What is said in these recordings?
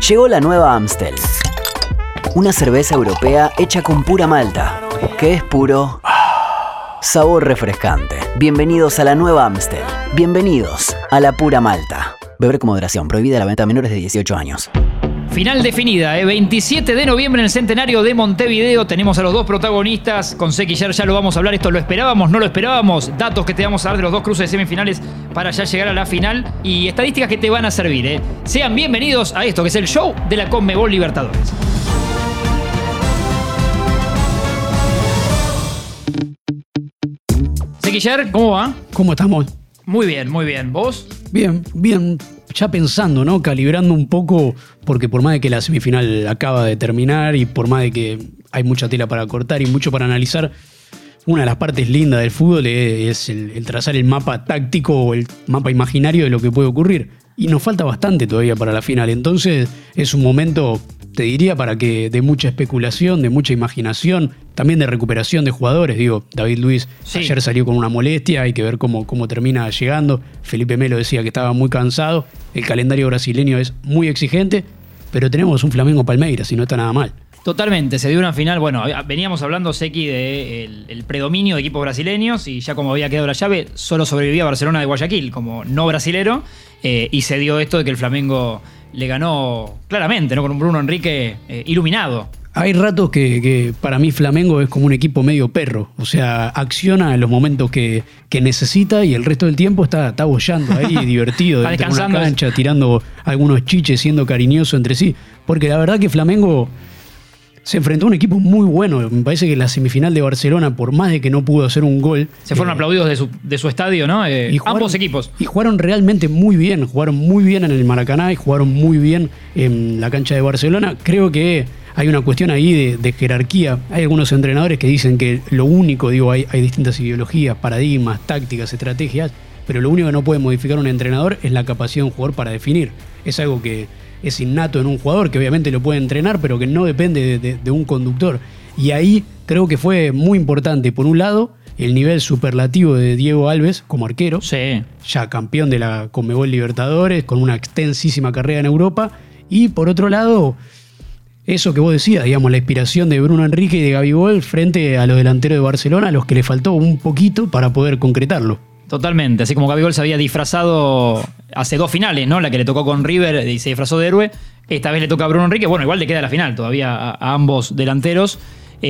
Llegó la nueva Amstel. Una cerveza europea hecha con pura malta, que es puro sabor refrescante. Bienvenidos a la nueva Amstel. Bienvenidos a la pura malta. Beber con moderación. Prohibida la venta a menores de 18 años. Final definida, 27 de noviembre en el centenario de Montevideo. Tenemos a los dos protagonistas. Con Sequiller ya lo vamos a hablar. Esto lo esperábamos, no lo esperábamos. Datos que te vamos a dar de los dos cruces de semifinales para ya llegar a la final. Y estadísticas que te van a servir. Sean bienvenidos a esto que es el show de la Conmebol Libertadores. Sequiller, ¿cómo va? ¿Cómo estamos? Muy bien, muy bien. ¿Vos? Bien, bien. Ya pensando, ¿no? Calibrando un poco, porque por más de que la semifinal acaba de terminar y por más de que hay mucha tela para cortar y mucho para analizar, una de las partes lindas del fútbol es el trazar el mapa táctico o el mapa imaginario de lo que puede ocurrir. Y nos falta bastante todavía para la final. Entonces es un momento, te diría, para que de mucha especulación, de mucha imaginación, también de recuperación de jugadores. Digo, David Luiz ayer salió con una molestia, hay que ver cómo termina llegando. Felipe Melo decía que estaba muy cansado. El calendario brasileño es muy exigente, pero tenemos un Flamengo-Palmeiras y no está nada mal. Totalmente, se dio una final. Bueno, veníamos hablando, Sequi, del predominio de equipos brasileños y ya como había quedado la llave, solo sobrevivía Barcelona de Guayaquil como no brasilero, y se dio esto de que el Flamengo le ganó claramente, ¿no? Con un Bruno Henrique iluminado. Hay ratos que para mí Flamengo es como un equipo medio perro, o sea, acciona en los momentos que necesita y el resto del tiempo está boyando ahí, divertido, dentro de una cancha, tirando algunos chiches, siendo cariñoso entre sí, porque la verdad que Flamengo se enfrentó a un equipo muy bueno. Me parece que la semifinal de Barcelona, por más de que no pudo hacer un gol... Se fueron aplaudidos de su estadio, ¿no? Ambos equipos. Y jugaron realmente muy bien. Jugaron muy bien en el Maracaná y jugaron muy bien en la cancha de Barcelona. Creo que hay una cuestión ahí de jerarquía. Hay algunos entrenadores que dicen que lo único, hay distintas ideologías, paradigmas, tácticas, estrategias, pero lo único que no puede modificar un entrenador es la capacidad de un jugador para definir. Es algo que es innato en un jugador, que obviamente lo puede entrenar, pero que no depende de un conductor. Y ahí creo que fue muy importante, por un lado, el nivel superlativo de Diego Alves como arquero, ya campeón de la Conmebol Libertadores, con una extensísima carrera en Europa, y por otro lado, eso que vos decías, la inspiración de Bruno Henrique y de Gabigol frente a los delanteros de Barcelona, a los que le faltó un poquito para poder concretarlo. Totalmente, así como Gabigol se había disfrazado hace dos finales, ¿no? La que le tocó con River y se disfrazó de héroe. Esta vez le toca a Bruno Henrique. Bueno, igual le queda la final todavía a ambos delanteros.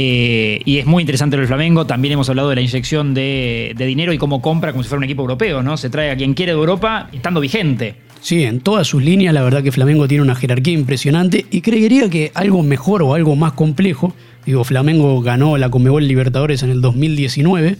Y es muy interesante lo del Flamengo. También hemos hablado de la inyección de dinero y cómo compra como si fuera un equipo europeo, ¿no? Se trae a quien quiere de Europa estando vigente. Sí, en todas sus líneas la verdad que Flamengo tiene una jerarquía impresionante y creería que algo mejor o algo más complejo. Flamengo ganó la Conmebol Libertadores en el 2019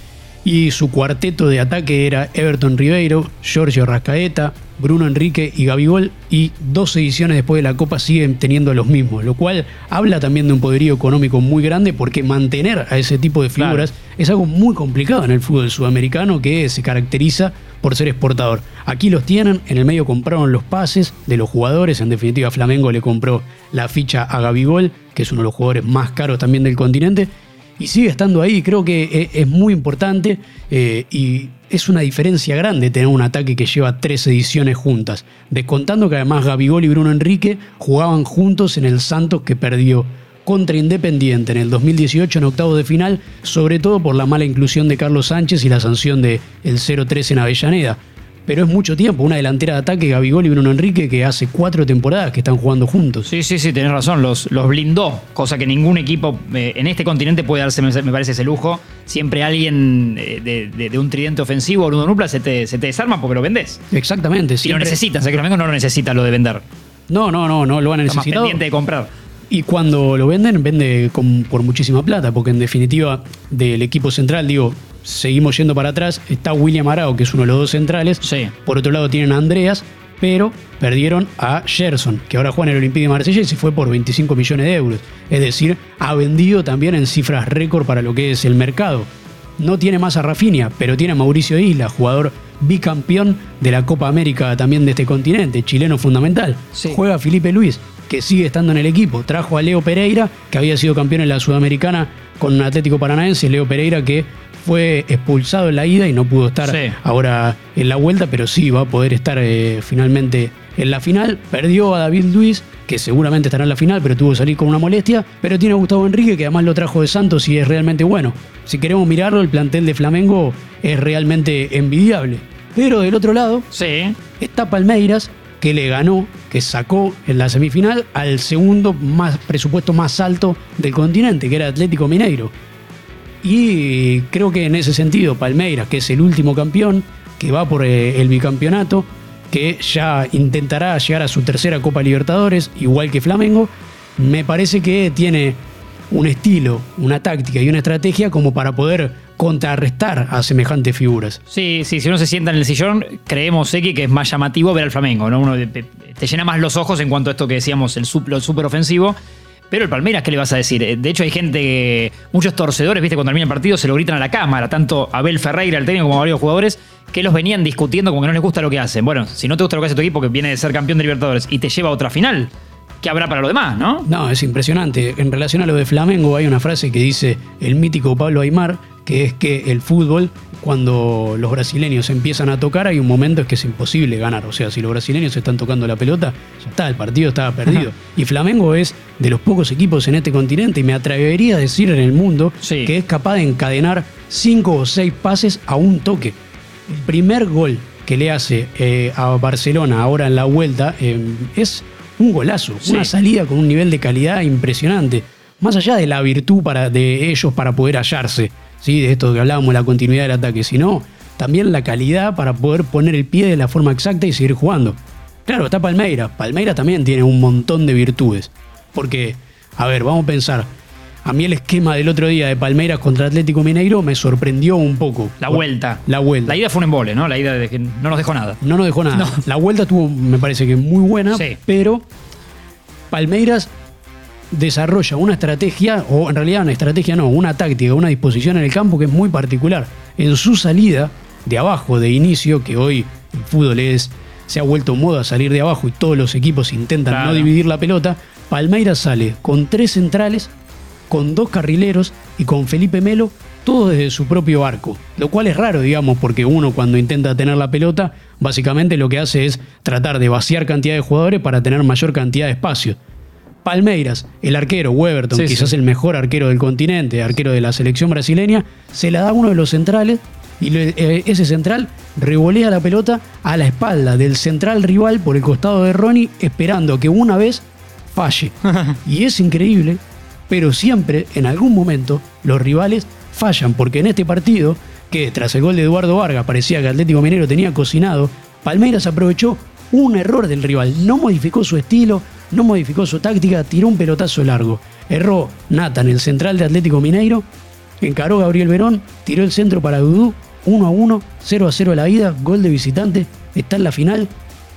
y su cuarteto de ataque era Everton Ribeiro, Giorgio Arrascaeta, Bruno Henrique y Gabigol, y 2 ediciones después de la Copa siguen teniendo los mismos, lo cual habla también de un poderío económico muy grande, porque mantener a ese tipo de figuras es algo muy complicado en el fútbol sudamericano, que se caracteriza por ser exportador. Aquí los tienen, en el medio compraron los pases de los jugadores, en definitiva Flamengo le compró la ficha a Gabigol, que es uno de los jugadores más caros también del continente, y sigue estando ahí. Creo que es muy importante y es una diferencia grande tener un ataque que lleva 3 ediciones juntas, descontando que además Gabigol y Bruno Henrique jugaban juntos en el Santos, que perdió contra Independiente en el 2018 en octavos de final, sobre todo por la mala inclusión de Carlos Sánchez y la sanción del 0-3 en Avellaneda. Pero es mucho tiempo, una delantera de ataque, Gabigol y Bruno Henrique, que hace 4 temporadas que están jugando juntos. Sí, tenés razón, los blindó, cosa que ningún equipo en este continente puede darse, me parece, ese lujo. Siempre alguien de un tridente ofensivo o un dupla se te desarma porque lo vendés. Exactamente. Y lo necesitas, o sea que Flamengo no lo necesita lo de vender. No lo han necesitado. Está más pendiente de comprar. Y cuando lo venden, por muchísima plata, porque en definitiva del equipo central, seguimos yendo para atrás, está William Arao, que es uno de los 2 centrales. Sí. Por otro lado tienen a Andreas, pero perdieron a Gerson, que ahora juega en el Olympique de Marsella y se fue por 25 millones de euros. Es decir, ha vendido también en cifras récord para lo que es el mercado. No tiene más a Rafinha, pero tiene a Mauricio Isla, jugador bicampeón de la Copa América también de este continente, chileno fundamental. Sí. Juega Felipe Luis, que sigue estando en el equipo. Trajo a Leo Pereira, que había sido campeón en la Sudamericana con un Atlético Paranaense. Leo Pereira, que fue expulsado en la ida y no pudo estar ahora en la vuelta, pero sí va a poder estar finalmente En la final perdió a David Luiz, que seguramente estará en la final, pero tuvo que salir con una molestia. Pero tiene a Gustavo Henrique, que además lo trajo de Santos y es realmente bueno. Si queremos mirarlo, el plantel de Flamengo es realmente envidiable. Pero del otro lado Sí. está Palmeiras, que le ganó, que sacó en la semifinal al segundo presupuesto más alto del continente, que era Atlético Mineiro. Y creo que en ese sentido Palmeiras, que es el último campeón, que va por el bicampeonato, que ya intentará llegar a su tercera Copa Libertadores, igual que Flamengo, me parece que tiene un estilo, una táctica y una estrategia como para poder contrarrestar a semejantes figuras. Sí, si uno se sienta en el sillón, creemos, X, que es más llamativo ver al Flamengo, ¿no? Uno te llena más los ojos en cuanto a esto que decíamos, el súper ofensivo. Pero el Palmeiras, ¿qué le vas a decir? De hecho, hay gente, muchos torcedores, ¿viste? Cuando termina el partido se lo gritan a la cámara, tanto Abel Ferreira, el técnico, como varios jugadores, que los venían discutiendo como que no les gusta lo que hacen. Bueno, si no te gusta lo que hace tu equipo, que viene de ser campeón de Libertadores y te lleva a otra final, ¿qué habrá para lo demás, no? No, es impresionante. En relación a lo de Flamengo hay una frase que dice el mítico Pablo Aimar, que es que el fútbol, cuando los brasileños empiezan a tocar, hay un momento en que es imposible ganar. O sea, si los brasileños están tocando la pelota, ya está, el partido estaba perdido. Y Flamengo es de los pocos equipos en este continente, y me atrevería a decir en el mundo, Sí. que es capaz de encadenar 5 o 6 pases a un toque. El primer gol que le hace a Barcelona ahora en la vuelta es un golazo, Sí. una salida con un nivel de calidad impresionante. Más allá de la virtud de ellos para poder hallarse, ¿sí? De esto que hablábamos, la continuidad del ataque, sino también la calidad para poder poner el pie de la forma exacta y seguir jugando. Claro, está Palmeiras. Palmeiras también tiene un montón de virtudes. Porque, a ver, vamos a pensar. A mí el esquema del otro día de Palmeiras contra Atlético Mineiro me sorprendió un poco. La vuelta. La vuelta. La ida fue un embole, ¿no? La ida de que no nos dejó nada. No nos dejó nada. No. La vuelta estuvo, me parece que muy buena, Sí. pero Palmeiras desarrolla una estrategia, o en realidad una estrategia no, una táctica, una disposición en el campo que es muy particular. En su salida de abajo, de inicio, que hoy el fútbol se ha vuelto moda salir de abajo y todos los equipos intentan Claro. no dividir la pelota, Palmeiras sale con 3 centrales, con 2 carrileros y con Felipe Melo, todo desde su propio arco. Lo cual es raro, digamos, porque uno cuando intenta tener la pelota, básicamente lo que hace es tratar de vaciar cantidad de jugadores para tener mayor cantidad de espacio. Palmeiras, el arquero, Weberton, Sí, quizás sí. el mejor arquero del continente, arquero de la selección brasileña, se la da a uno de los centrales y ese central revolea la pelota a la espalda del central rival por el costado de Ronnie, esperando que una vez falle. Y es increíble, pero siempre, en algún momento, los rivales fallan, porque en este partido, que tras el gol de Eduardo Vargas parecía que Atlético Mineiro tenía cocinado, Palmeiras aprovechó un error del rival, no modificó su estilo, no modificó su táctica, tiró un pelotazo largo. Erró Nathan, el central de Atlético Mineiro, encaró Gabriel Verón, tiró el centro para Dudú, 1-1, 0-0 la ida, gol de visitante, está en la final,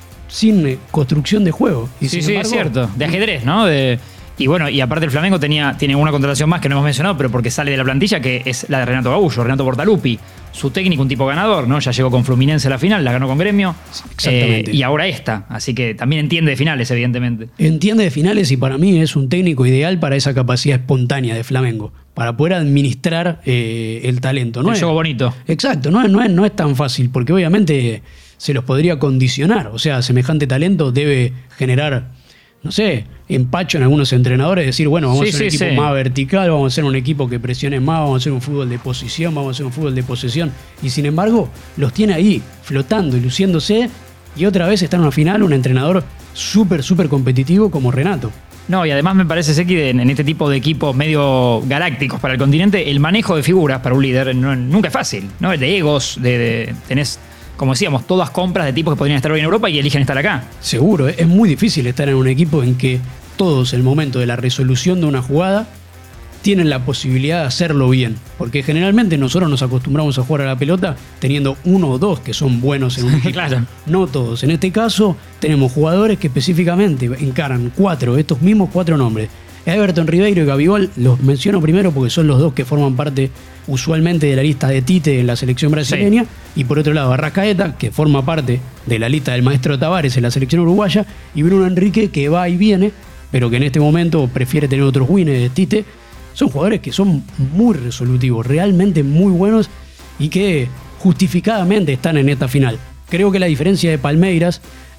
sin construcción de juego. Y Sí, sin sí, embargo, es cierto. De ajedrez, ¿no? Y bueno, y aparte el Flamengo tiene una contratación más que no hemos mencionado, pero porque sale de la plantilla, que es la de Renato Gaullo, Renato Portaluppi. Su técnico, un tipo ganador, ¿no? Ya llegó con Fluminense a la final, la ganó con Gremio. Exactamente. Y ahora esta. Así que también entiende de finales, evidentemente. Entiende de finales y para mí es un técnico ideal para esa capacidad espontánea de Flamengo, para poder administrar el talento. El juego bonito. Exacto, no es tan fácil, porque obviamente se los podría condicionar. O sea, semejante talento debe generar, no sé, empacho en algunos entrenadores, decir, bueno, vamos a hacer un equipo más vertical, vamos a hacer un equipo que presione más, vamos a hacer un fútbol de posición, vamos a hacer un fútbol de posesión. Y sin embargo, los tiene ahí, flotando y luciéndose, y otra vez está en una final un entrenador súper competitivo como Renato. No, y además me parece, Seki, en este tipo de equipos medio galácticos para el continente, el manejo de figuras para un líder nunca es fácil, ¿no? De egos, tenés, como decíamos, todas compras de tipos que podrían estar hoy en Europa y eligen estar acá. Seguro, es muy difícil estar en un equipo en que todos, el momento de la resolución de una jugada, tienen la posibilidad de hacerlo bien. Porque generalmente nosotros nos acostumbramos a jugar a la pelota teniendo uno o dos que son buenos en un equipo. Claro. No todos. En este caso, tenemos jugadores que específicamente encaran estos mismos 4 nombres. Everton Ribeiro y Gabigol los menciono primero porque son los dos que forman parte usualmente de la lista de Tite en la selección brasileña. Sí. Y por otro lado, Arrascaeta, que forma parte de la lista del maestro Tavares en la selección uruguaya. Y Bruno Henrique, que va y viene, pero que en este momento prefiere tener otros wins de Tite. Son jugadores que son muy resolutivos, realmente muy buenos y que justificadamente están en esta final. Creo que la diferencia de Palmeiras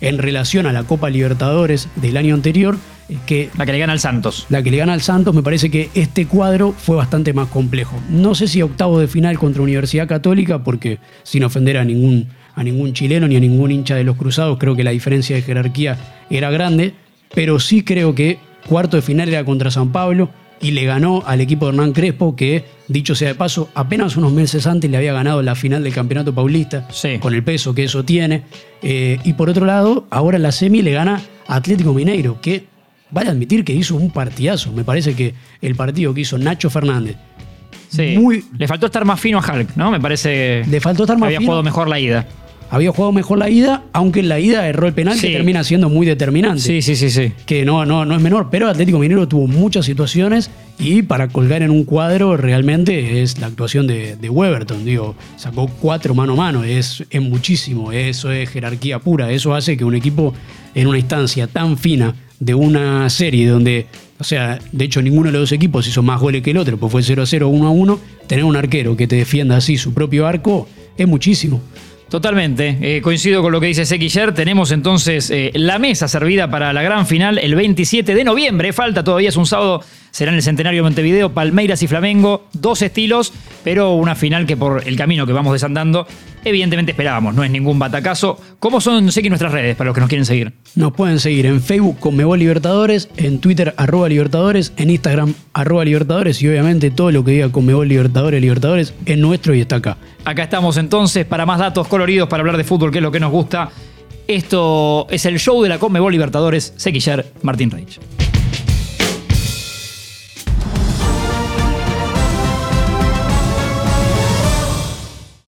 en relación a la Copa Libertadores del año anterior, que La que le gana al Santos. la que le gana al Santos, me parece que este cuadro fue bastante más complejo. No sé si octavos de final contra Universidad Católica, porque sin ofender a ningún chileno ni a ningún hincha de los Cruzados, creo que la diferencia de jerarquía era grande, pero sí creo que cuarto de final era contra San Pablo y le ganó al equipo de Hernán Crespo, que, dicho sea de paso, apenas unos meses antes le había ganado la final del Campeonato Paulista, Sí. con el peso que eso tiene. Y por otro lado, ahora en la semi le gana a Atlético Mineiro, que vale admitir que hizo un partidazo. Me parece que el partido que hizo Nacho Fernández, Sí. Le faltó estar más fino a Hulk, ¿no? Me parece le faltó estar que más había fino. jugado mejor la ida. Había jugado mejor la ida, aunque en la ida erró el penal, Sí. que termina siendo muy determinante. Sí. Que no es menor, pero Atlético Mineiro tuvo muchas situaciones y para colgar en un cuadro realmente es la actuación de Weberton. Digo, sacó 4 mano a mano, es muchísimo, eso es jerarquía pura. Eso hace que un equipo en una instancia tan fina de una serie donde, o sea, de hecho ninguno de los dos equipos hizo más goles que el otro, pues fue 0-0, 1-1, tener un arquero que te defienda así su propio arco es muchísimo. Totalmente, coincido con lo que dice Sequiller. Tenemos entonces la mesa servida para la gran final el 27 de noviembre. Falta todavía, es un sábado, será en el Centenario de Montevideo, Palmeiras y Flamengo. 2 estilos, pero una final que por el camino que vamos desandando, evidentemente esperábamos. No es ningún batacazo. ¿Cómo son, Sequi, nuestras redes para los que nos quieren seguir? Nos pueden seguir en Facebook Conmebol Libertadores, en Twitter @Libertadores, en Instagram @Libertadores y obviamente todo lo que diga Conmebol Libertadores es nuestro y está acá. Acá estamos entonces para más datos coloridos para hablar de fútbol, que es lo que nos gusta. Esto es el show de la Conmebol Libertadores. Sequiller, Martín Reich.